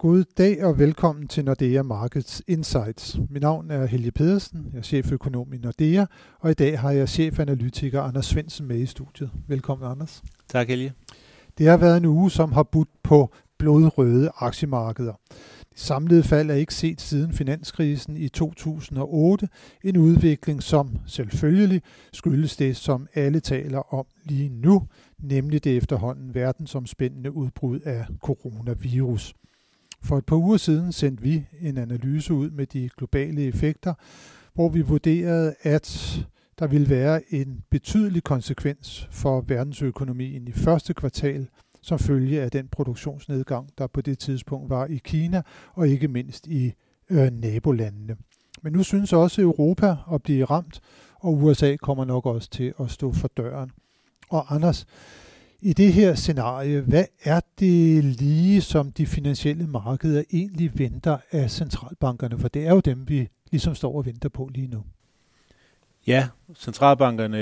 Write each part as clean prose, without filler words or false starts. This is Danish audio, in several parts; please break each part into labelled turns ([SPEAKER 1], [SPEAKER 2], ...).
[SPEAKER 1] God dag og velkommen til Nordea Markets Insights. Mit navn er Helge Pedersen, jeg er cheføkonom i Nordea, og i dag har jeg chefanalytiker Anders Svendsen med i studiet. Velkommen, Anders.
[SPEAKER 2] Tak, Helge.
[SPEAKER 1] Det har været en uge, som har budt på blodrøde aktiemarkeder. Det samlede fald er ikke set siden finanskrisen i 2008, en udvikling, som selvfølgelig skyldes det, som alle taler om lige nu, nemlig det efterhånden verdensomspændende udbrud af coronavirus. For et par uger siden sendte vi en analyse ud med de globale effekter, hvor vi vurderede, at der ville være en betydelig konsekvens for verdensøkonomien i første kvartal, som følge af den produktionsnedgang, der på det tidspunkt var i Kina og ikke mindst i nabolandene. Men nu synes også Europa at blive ramt, og USA kommer nok også til at stå for døren. Og Anders, i det her scenarie, hvad er det lige, som de finansielle markeder egentlig venter af centralbankerne? For det er jo dem, vi ligesom står og venter på lige nu.
[SPEAKER 2] Ja, centralbankerne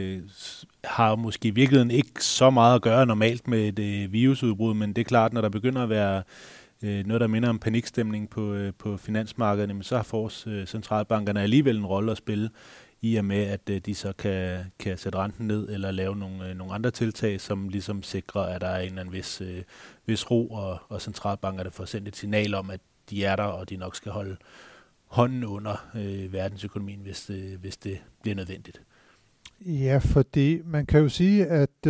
[SPEAKER 2] har måske i virkeligheden ikke så meget at gøre normalt med et virusudbrud, men det er klart, når der begynder at være noget, der minder om panikstemning på finansmarkederne, så har centralbankerne alligevel en rolle at spille, i og med, at de så kan sætte renten ned eller lave nogle andre tiltag, som ligesom sikrer, at der er en eller anden vis ro, og centralbankerne får sendt et signal om, at de er der, og de nok skal holde hånden under verdensøkonomien, hvis det bliver nødvendigt.
[SPEAKER 1] Ja, fordi man kan jo sige, at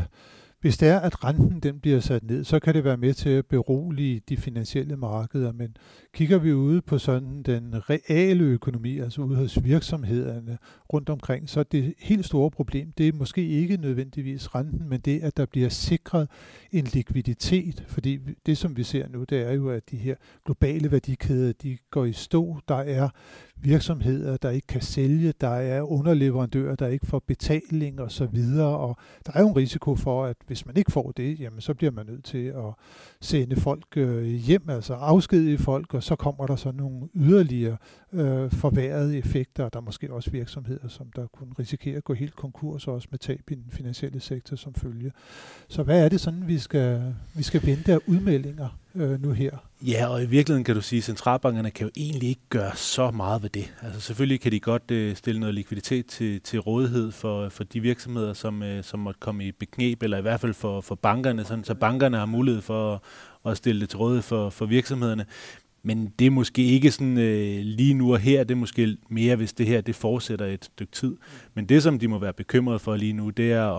[SPEAKER 1] hvis det er, at renten den bliver sat ned, så kan det være med til at berolige de finansielle markeder. Men kigger vi ude på sådan den reale økonomi, altså ude hos virksomhederne rundt omkring, så er det helt store problem, det er måske ikke nødvendigvis renten, men det, at der bliver sikret en likviditet. Fordi det, som vi ser nu, det er jo, at de her globale værdikæder, de går i stå. Der er virksomheder, der ikke kan sælge, der er underleverandører, der ikke får betaling og så videre, og der er jo en risiko for, at hvis man ikke får det, jamen så bliver man nødt til at sende folk hjem, altså afskedige folk, og så kommer der så nogle yderligere forværrede effekter, og der er måske også virksomheder, som der kunne risikere at gå helt konkurs, også med tab i den finansielle sektor som følge. Så hvad er det sådan, vi skal vente af udmeldinger nu her?
[SPEAKER 2] Ja, og i virkeligheden kan du sige, at centralbankerne kan jo egentlig ikke gøre så meget ved det. Altså selvfølgelig kan de godt stille noget likviditet til rådighed for de virksomheder, som måtte komme i bekneb, eller i hvert fald for bankerne, sådan, så bankerne har mulighed for at stille det til rådighed for virksomhederne. Men det er måske ikke sådan lige nu og her, det er måske mere, hvis det her det fortsætter et stykke tid. Men det, som de må være bekymrede for lige nu, det er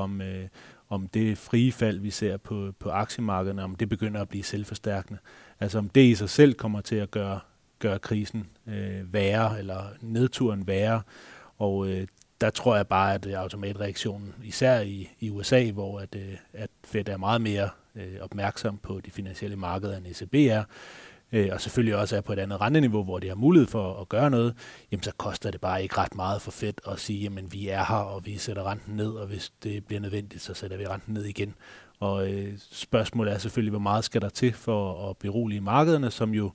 [SPEAKER 2] om det frie fald, vi ser på aktiemarkederne, om det begynder at blive selvforstærkende. Altså om det i sig selv kommer til at gøre krisen værre, eller nedturen værre. Og der tror jeg bare, at automatreaktionen, især i USA, hvor at Fed er meget mere opmærksom på de finansielle markeder, end ECB er, og selvfølgelig også er på et andet renteniveau, hvor de har mulighed for at gøre noget, jamen så koster det bare ikke ret meget for Fed at sige, jamen vi er her, og vi sætter renten ned, og hvis det bliver nødvendigt, så sætter vi renten ned igen. Og spørgsmålet er selvfølgelig, hvor meget skal der til for at berolige markederne, som jo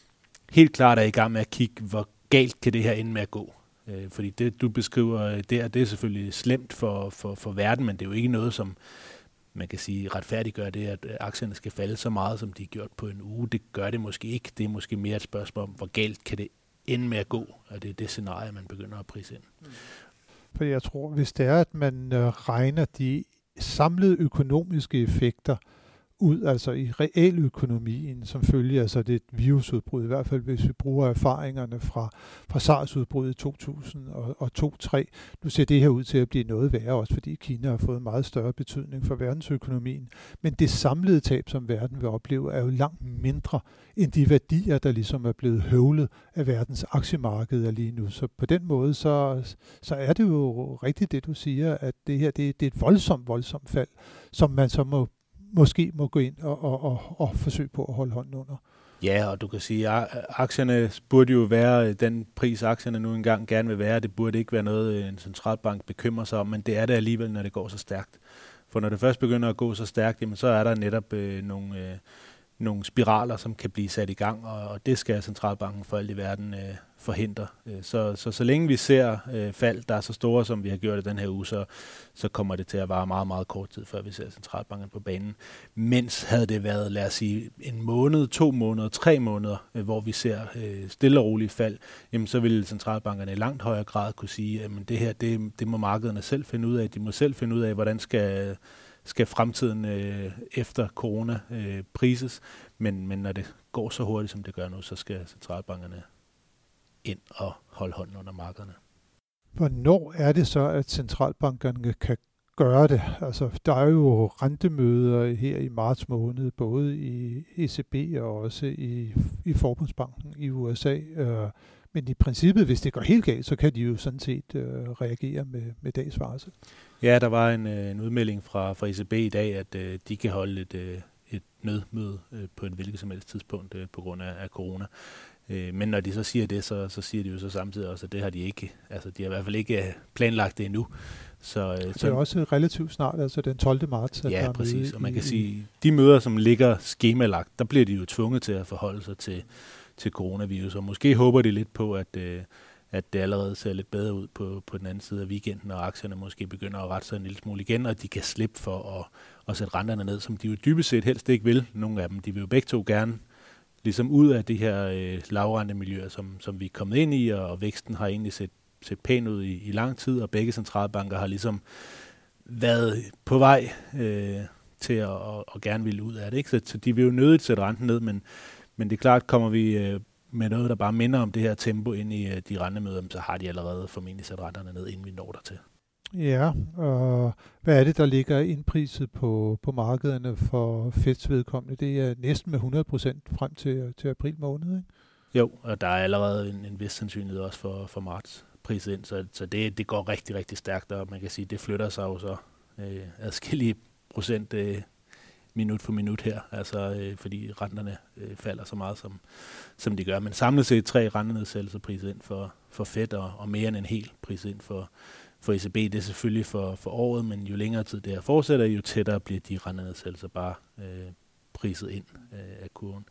[SPEAKER 2] helt klart er i gang med at kigge, hvor galt kan det her ende med at gå. Fordi det, du beskriver der, det er selvfølgelig slemt for verden, men det er jo ikke noget, som man kan sige retfærdiggør det, at aktierne skal falde så meget, som de har gjort på en uge. Det gør det måske ikke. Det er måske mere et spørgsmål om, hvor galt kan det ende med at gå, og det er det scenarie, man begynder at prise ind.
[SPEAKER 1] For jeg tror, hvis det er, at man regner de samlede økonomiske effekter ud, altså i realøkonomien, som følge altså det virusudbrud, i hvert fald hvis vi bruger erfaringerne fra SARS-udbruddet i 2002-2003. Nu ser det her ud til at blive noget værre, også fordi Kina har fået en meget større betydning for verdensøkonomien. Men det samlede tab, som verden vil opleve, er jo langt mindre end de værdier, der ligesom er blevet høvlet af verdens aktiemarkeder lige nu. Så på den måde, så er det jo rigtigt det, du siger, at det her det er et voldsomt fald, som man så måske må gå ind og forsøge på at holde hånden under.
[SPEAKER 2] Ja, og du kan sige, at aktierne burde jo være den pris, aktierne nu engang gerne vil være. Det burde ikke være noget, en centralbank bekymrer sig om, men det er det alligevel, når det går så stærkt. For når det først begynder at gå så stærkt, jamen, så er der netop nogle spiraler, som kan blive sat i gang, og det skal centralbanken for alt i verden forhindre. Så længe vi ser fald, der er så store, som vi har gjort i den her uge, så kommer det til at vare meget, meget kort tid, før vi ser centralbanken på banen. Mens havde det været, lad os sige, en måned, 2 måneder, 3 måneder, hvor vi ser stille og roligt fald, jamen så vil centralbankerne i langt højere grad kunne sige, at det her, det må markederne selv finde ud af. De må selv finde ud af, hvordan skal fremtiden efter corona prises, men når det går så hurtigt, som det gør nu, så skal centralbankerne ind og holde hånden under markederne. Hvornår er det så, at centralbankerne kan gøre det? Altså, der er jo rentemøder her i marts måned, både i ECB og også i Forbundsbanken i USA. Men i princippet, hvis det går helt galt, så kan de jo sådan set reagere med dags varsel. Ja, der var en udmelding fra ECB i dag, at de kan holde et nødmøde på et hvilket som helst tidspunkt på grund af corona. Men når de så siger det, så siger de jo så samtidig også, at det har de ikke. Altså, de har i hvert fald ikke planlagt det endnu. Så det er også relativt snart, altså den 12. marts. Ja, der præcis. Og man kan sige, de møder, som ligger skemalagt, der bliver de jo tvunget til at forholde sig til coronavirus. Og måske håber de lidt på, at det allerede ser lidt bedre ud på den anden side af weekenden, og aktierne måske begynder at rette sig en lille smule igen, og de kan slippe for at sætte renterne ned, som de jo dybest set helst ikke vil. Nogle af dem, de vil jo begge to gerne ligesom ud af de her lavrentemiljøer, som vi er kommet ind i, og væksten har egentlig set pæn ud i lang tid, og begge centralbanker har ligesom været på vej til at gerne ville ud af det. Ikke? Så de vil jo nødigt sætte renten ned, men det er klart, kommer vi med noget, der bare minder om det her tempo ind i de rentemøder, så har de allerede formentlig sat renterne ned, inden vi når dertil. Ja, og hvad er det, der ligger indpriset på markederne for Feds vedkommende? Det er næsten med 100% frem til april måned, ikke? Jo, og der er allerede en vis sandsynlighed også for marts priset ind, så det går rigtig, rigtig stærkt, og man kan sige, det flytter sig jo så adskillige procent minut for minut her, altså fordi renterne falder så meget, som de gør. Men samlet set 3 rentenedsættelser priset ind for Fed, og mere end en hel pris ind for ECB. Det er selvfølgelig for året, men jo længere tid det her fortsætter, jo tættere bliver de rentenedsættelser bare priset ind af kurven.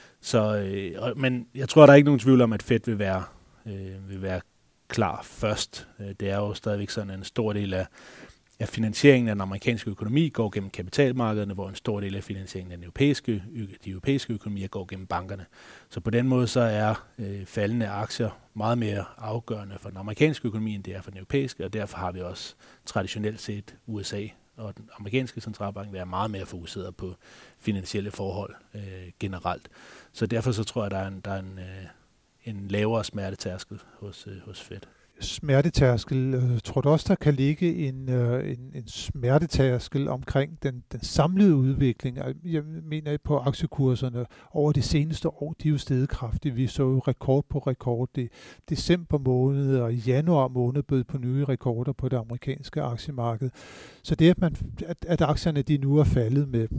[SPEAKER 2] Men jeg tror, der er ikke nogen tvivl om, at Fed vil være klar først. Det er jo stadigvæk sådan en stor del af finansieringen af den amerikanske økonomi går gennem kapitalmarkederne, hvor en stor del af finansieringen af de europæiske økonomier går gennem bankerne. Så på den måde så er faldende aktier meget mere afgørende for den amerikanske økonomi, end det er for den europæiske, og derfor har vi også traditionelt set USA og den amerikanske centralbank være meget mere fokuseret på finansielle forhold generelt. Så derfor så tror jeg, der er en lavere smertetærskel hos Fed. Smertetærskel. Tror du også, der kan ligge en smertetærskel omkring den samlede udvikling? Jeg mener på aktiekurserne over de seneste år, de er jo steget kraftigt. Vi så jo rekord på rekord i december måned og i januar måned bød på nye rekorder på det amerikanske aktiemarked. Så det, at aktierne de nu er faldet med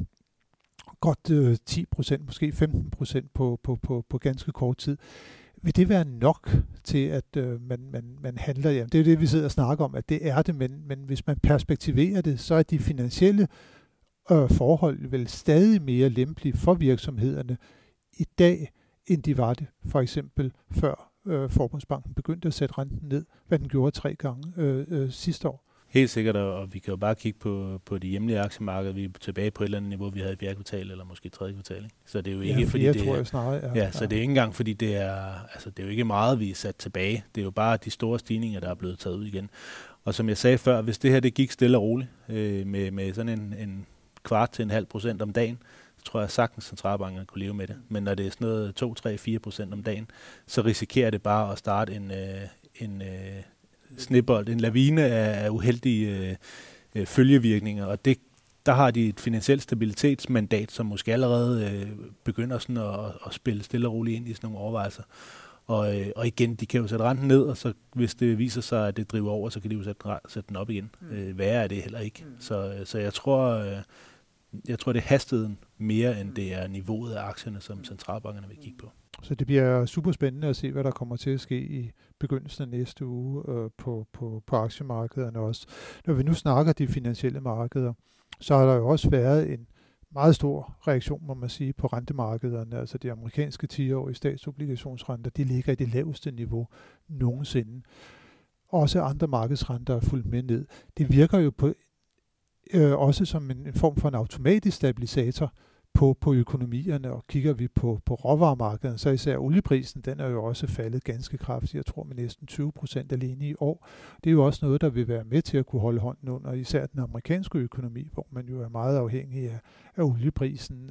[SPEAKER 2] godt 10%, måske 15% på ganske kort tid, vil det være nok til, at man handler? Jamen, det er det, vi sidder og snakker om, at det er det, men hvis man perspektiverer det, så er de finansielle forhold vel stadig mere lempelige for virksomhederne i dag, end de var det, for eksempel før Forbundsbanken begyndte at sætte renten ned, hvad den gjorde 3 gange sidste år. Helt sikkert, og vi kan jo bare kigge på de hjemlige aktiemarkeder. Vi er tilbage på et eller andet niveau, vi havde i 4. kvartal, eller måske 3. kvartal. Ikke? Så det er jo ikke, fordi det tror jeg snarere, så det er ikke engang, fordi det er jo ikke meget, vi er sat tilbage. Det er jo bare de store stigninger, der er blevet taget ud igen. Og som jeg sagde før, hvis det her det gik stille og roligt, med sådan en 0,25% om dagen, så tror jeg sagtens, centralbankerne kunne leve med det. Men når det er sådan noget 2-3-4% om dagen, så risikerer det bare at starte en snebold, en lavine af uheldige følgevirkninger, og der har de et finansielt stabilitetsmandat, som måske allerede begynder sådan at spille stille og roligt ind i sådan nogle overvejelser. Og igen, de kan jo sætte renten ned, og så hvis det viser sig, at det driver over, så kan de jo sætte den op igen. Værre er det heller ikke. Så jeg tror, det er hastigheden mere, end det er niveauet af aktierne, som centralbankerne vil kigge på. Så det bliver super spændende at se, hvad der kommer til at ske i begyndelsen af næste uge på aktiemarkederne også. Når vi nu snakker de finansielle markeder, så har der jo også været en
[SPEAKER 1] meget stor reaktion, må man sige, på rentemarkederne. Altså de amerikanske 10-årige statsobligationsrenter, de ligger i det laveste niveau nogensinde. Også andre markedsrenter er fulgt med ned. Det virker jo på, også som en form for en automatisk stabilisator på økonomierne, og kigger vi på råvaremarkedet, så især olieprisen, den er jo også faldet ganske kraftigt, jeg tror med næsten 20% alene i år. Det er jo også noget, der vil være med til at kunne holde hånden under især den amerikanske økonomi, hvor man jo er meget afhængig af olieprisen,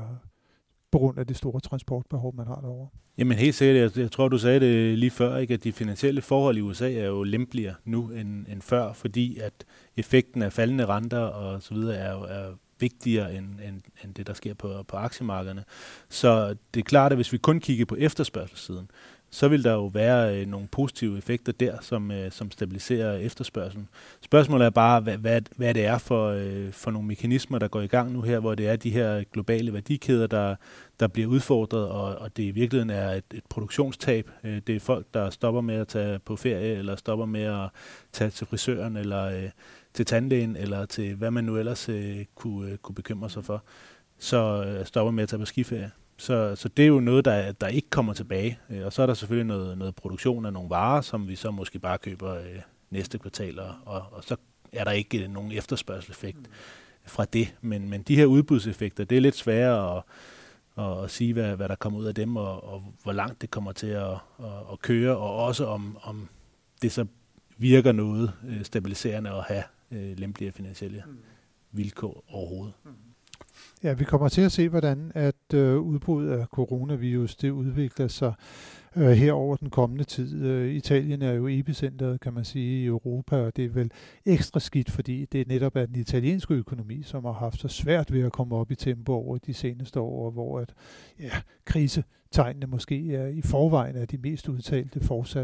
[SPEAKER 1] på grund af det store transportbehov, man har derovre.
[SPEAKER 2] Jamen helt sikkert, jeg tror, du sagde det lige før, ikke, at de finansielle forhold i USA er jo lempeligere nu end før, fordi at effekten af faldende renter og så videre er vigtigere end det, der sker på aktiemarkederne. Så det er klart, at hvis vi kun kigger på efterspørgselssiden, så vil der jo være nogle positive effekter der, som stabiliserer efterspørgselen. Spørgsmålet er bare, hvad det er for nogle mekanismer, der går i gang nu her, hvor det er de her globale værdikæder, der bliver udfordret, og det i virkeligheden er et produktionstab. Det er folk, der stopper med at tage på ferie, eller stopper med at tage til frisøren, eller til tandlægen, eller til hvad man nu ellers kunne bekymre sig for. Så stopper med at tage på skiferie. Så det er jo noget, der ikke kommer tilbage. Og så er der selvfølgelig noget produktion af nogle varer, som vi så måske bare køber næste kvartal, og så er der ikke nogen efterspørgselseffekt fra det. Men de her udbudseffekter, det er lidt sværere at sige, hvad der kommer ud af dem, og hvor langt det kommer til at køre, og også om det så virker noget stabiliserende at have lempelige finansielle vilkår overhovedet.
[SPEAKER 1] Ja, vi kommer til at se, hvordan at udbruddet af coronavirus, det udvikler sig her over den kommende tid. Italien er jo epicentret, kan man sige, i Europa, og det er vel ekstra skidt, fordi det netop er den italienske økonomi, som har haft så svært ved at komme op i tempo over de seneste år, hvor at, krisetegnene måske er i forvejen af de mest udtalte fortsat.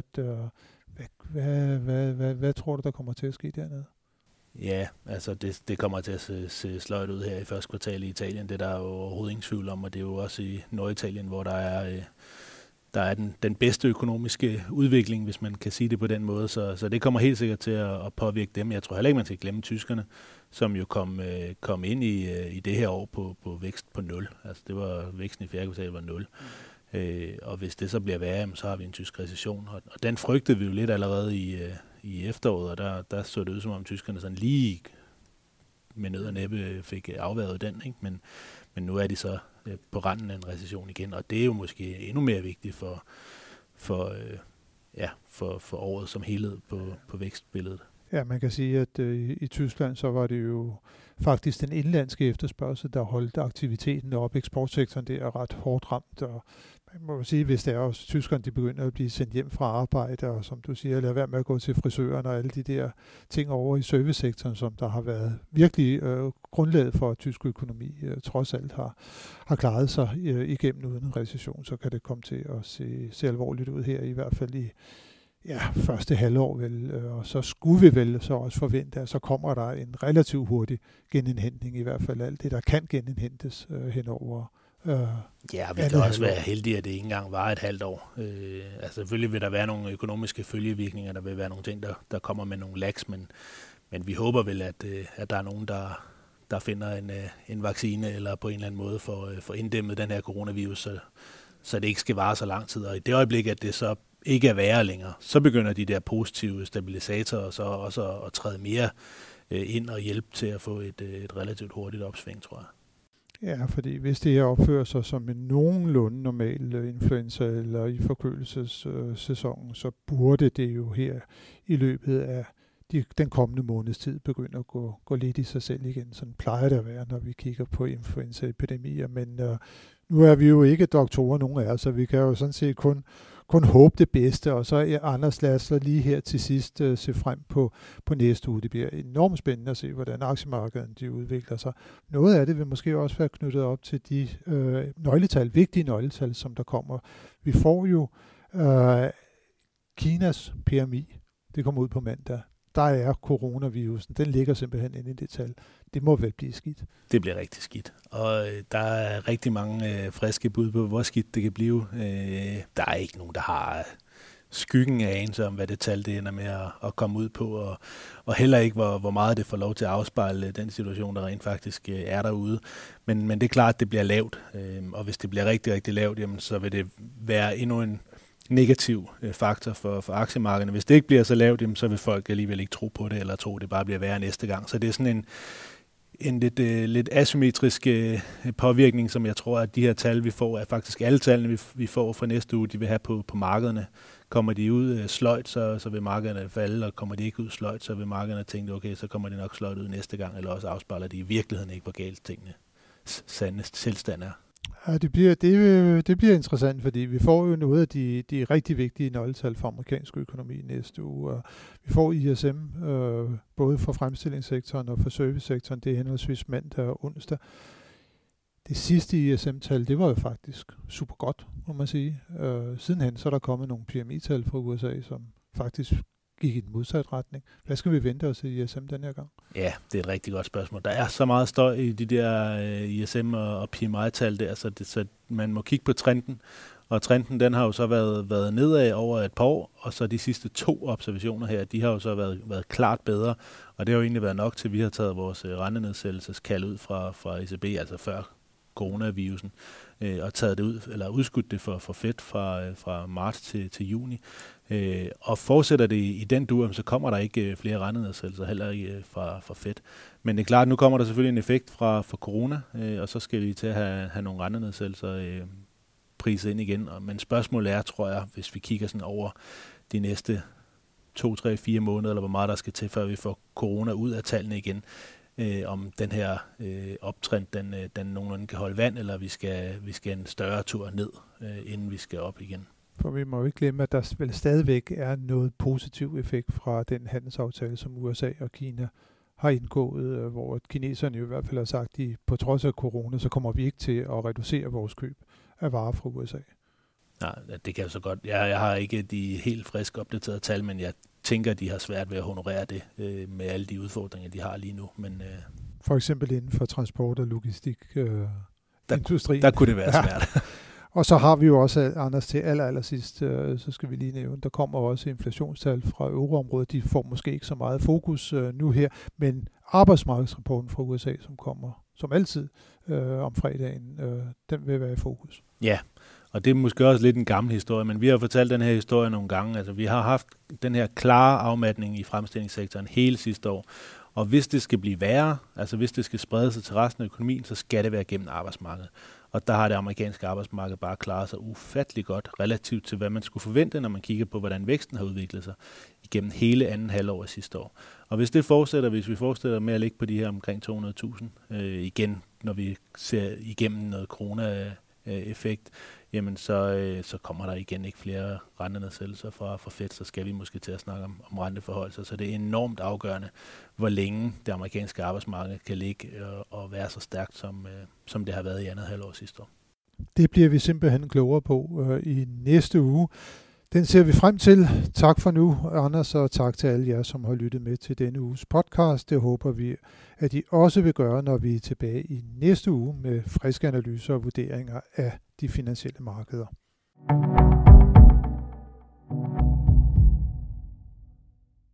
[SPEAKER 1] Hvad tror du, der kommer til at ske dernede?
[SPEAKER 2] Ja, altså det kommer til at se sløjt ud her i første kvartal i Italien. Det der er jo overhovedet ingen tvivl om, og det er jo også i Norditalien, hvor der er den bedste økonomiske udvikling, hvis man kan sige det på den måde. Så det kommer helt sikkert til at påvirke dem. Jeg tror heller ikke, man skal glemme tyskerne, som jo kom ind i det her år på vækst på 0. Altså det var væksten i fjerde kvartal var 0. Og hvis det så bliver værre, så har vi en tysk recession. Og den frygtede vi jo lidt allerede i efteråret, og der så det ud, som om tyskerne sådan lige med nød og næppe fik afværget den, ikke? Men nu er de så på randen af en recession igen, og det er jo måske endnu mere vigtigt for året som helhed på vækstbilledet.
[SPEAKER 1] Ja, man kan sige, at i Tyskland så var det jo faktisk den indlandske efterspørgsel, der holdt aktiviteten op. Eksportsektoren det er ret hårdt ramt, og man må sige, hvis det er også tyskerne, de begynder at blive sendt hjem fra arbejde, og som du siger, lad være med at gå til frisøren og alle de der ting over i servicesektoren, som der har været virkelig grundlaget for, at tysk økonomi trods alt har klaret sig igennem uden en recession, så kan det komme til at se alvorligt ud her, i hvert fald i første halvår vel, og så skulle vi vel så også forvente, at så kommer der en relativt hurtig genindhentning, i hvert fald alt det, der kan genindhentes henover.
[SPEAKER 2] Ja, vi kan også være heldige, at det ikke engang var et halvt år. Altså selvfølgelig vil der være nogle økonomiske følgevirkninger, der vil være nogle ting, der kommer med nogle lags, men vi håber vel, at der er nogen, der finder en vaccine, eller på en eller anden måde får inddæmmet den her coronavirus, så det ikke skal vare så lang tid. Og i det øjeblik, at det så ikke er værre længere, så begynder de der positive stabilisatorer så også at træde mere ind og hjælpe til at få et relativt hurtigt opsving, tror jeg.
[SPEAKER 1] Ja, fordi hvis det her opfører sig som en nogenlunde normal influenza eller i forkølelsessæsonen, så burde det jo her i løbet af den kommende måneds tid begynde at gå lidt i sig selv igen. Sådan plejer det at være, når vi kigger på influenzaepidemier, men nu er vi jo ikke doktorer, nogen af os, så vi kan jo sådan set kun håbe det bedste, og så Anders, lad os lige her til sidst se frem på næste uge. Det bliver enormt spændende at se, hvordan aktiemarkederne de udvikler sig. Noget af det vil måske også være knyttet op til de vigtige nøgletal, som der kommer. Vi får jo Kinas PMI, det kommer ud på mandag. Der er coronavirusen, den ligger simpelthen inde i det tal. Det må vel blive skidt.
[SPEAKER 2] Det bliver rigtig skidt, og der er rigtig mange friske bud på, hvor skidt det kan blive. Der er ikke nogen, der har skyggen af anelse om, hvad det tal det ender med at komme ud på, og heller ikke, hvor meget det får lov til at afspejle den situation, der rent faktisk er derude. Men det er klart, at det bliver lavt, og hvis det bliver rigtig, rigtig lavt, jamen, så vil det være endnu en negativ faktor for aktiemarkederne. Hvis det ikke bliver så lavt, jamen, så vil folk alligevel ikke tro på det, eller tro, at det bare bliver værre næste gang. Så det er sådan en lidt asymmetrisk påvirkning, som jeg tror, at de her tal, vi får, er faktisk alle tallene, vi får fra næste uge, de vil have på markederne. Kommer de ud sløjt, så vil markederne falde, og kommer de ikke ud sløjt, så vil markederne tænke, okay, så kommer de nok sløjt ud næste gang, eller også afspejler de i virkeligheden ikke, hvor galt tingene sande tilstand er.
[SPEAKER 1] Ja, det bliver interessant, fordi vi får jo noget af de rigtig vigtige nøgletal for amerikansk økonomi næste uge. Og vi får ISM, både for fremstillingssektoren og for servicesektoren, det er henholdsvis mandag og onsdag. Det sidste ISM-tal, det var jo faktisk super godt, må man sige. Sidenhen så er der kommet nogle PMI-tal fra USA, som faktisk gik i den modsatte retning. Hvad skal vi vente os i ISM den her gang? Ja,
[SPEAKER 2] det er et rigtig godt spørgsmål. Der er så meget støj i de der ISM og PMI-tal der, så man må kigge på trenden. Og trenden, den har jo så været nedad over et par år, og så de sidste 2 observationer her, de har jo så været klart bedre. Og det har jo egentlig været nok til, at vi har taget vores rentenedsættelseskald ud fra ECB, altså før coronavirusen, og taget det ud, eller udskudt det for Fed fra marts til juni. Og fortsætter det i den dur, så kommer der ikke flere rentenedsættelser, heller ikke fra Fed. Men det er klart, at nu kommer der selvfølgelig en effekt fra corona, og så skal vi til at have nogle rentenedsættelser priset ind igen. Men spørgsmålet er, tror jeg, hvis vi kigger sådan over de næste 2, 3, 4 måneder, eller hvor meget der skal til, før vi får corona ud af tallene igen, om den her optrend, den nogenlunde kan holde vand, eller vi skal en større tur ned, inden vi skal op igen.
[SPEAKER 1] For vi må jo ikke glemme, at der vel stadigvæk er noget positiv effekt fra den handelsaftale, som USA og Kina har indgået, hvor kineserne jo i hvert fald har sagt, at på trods af corona, så kommer vi ikke til at reducere vores køb af varer fra USA.
[SPEAKER 2] Nej, det kan jeg så godt. Jeg har ikke de helt frisk opdaterede tal, men jeg tænker, at de har svært ved at honorere det med alle de udfordringer, de har lige nu. Men,
[SPEAKER 1] for eksempel inden for transport og logistik industrien.
[SPEAKER 2] Der kunne det være svært.
[SPEAKER 1] Ja. Og så har vi jo også, Anders, til allersidst, så skal vi lige nævne, der kommer også inflationstal fra euroområdet. De får måske ikke så meget fokus nu her, men arbejdsmarkedsrapporten fra USA, som kommer som altid om fredagen, den vil være i fokus.
[SPEAKER 2] Ja, og det er måske også lidt en gammel historie, men vi har fortalt den her historie nogle gange. Altså, vi har haft den her klare afmatning i fremstillingssektoren hele sidste år. Og hvis det skal blive værre, altså hvis det skal sprede sig til resten af økonomien, så skal det være gennem arbejdsmarkedet. Og der har det amerikanske arbejdsmarked bare klaret sig ufattelig godt, relativt til hvad man skulle forvente, når man kigger på, hvordan væksten har udviklet sig igennem hele anden halvår af sidste år. Og hvis det fortsætter, hvis vi fortsætter med at ligge på de her omkring 200.000 igen, når vi ser igennem noget corona-effekt, jamen så kommer der igen ikke flere rentenedsættelser fra Fed, så skal vi måske til at snakke om renteforholdelser. Så det er enormt afgørende, hvor længe det amerikanske arbejdsmarked kan ligge og være så stærkt, som det har været i andet halvår sidste år.
[SPEAKER 1] Det bliver vi simpelthen klogere på i næste uge. Den ser vi frem til. Tak for nu, Anders, og tak til alle jer, som har lyttet med til denne uges podcast. Det håber vi, at I også vil gøre, når vi er tilbage i næste uge med friske analyser og vurderinger af de finansielle markeder.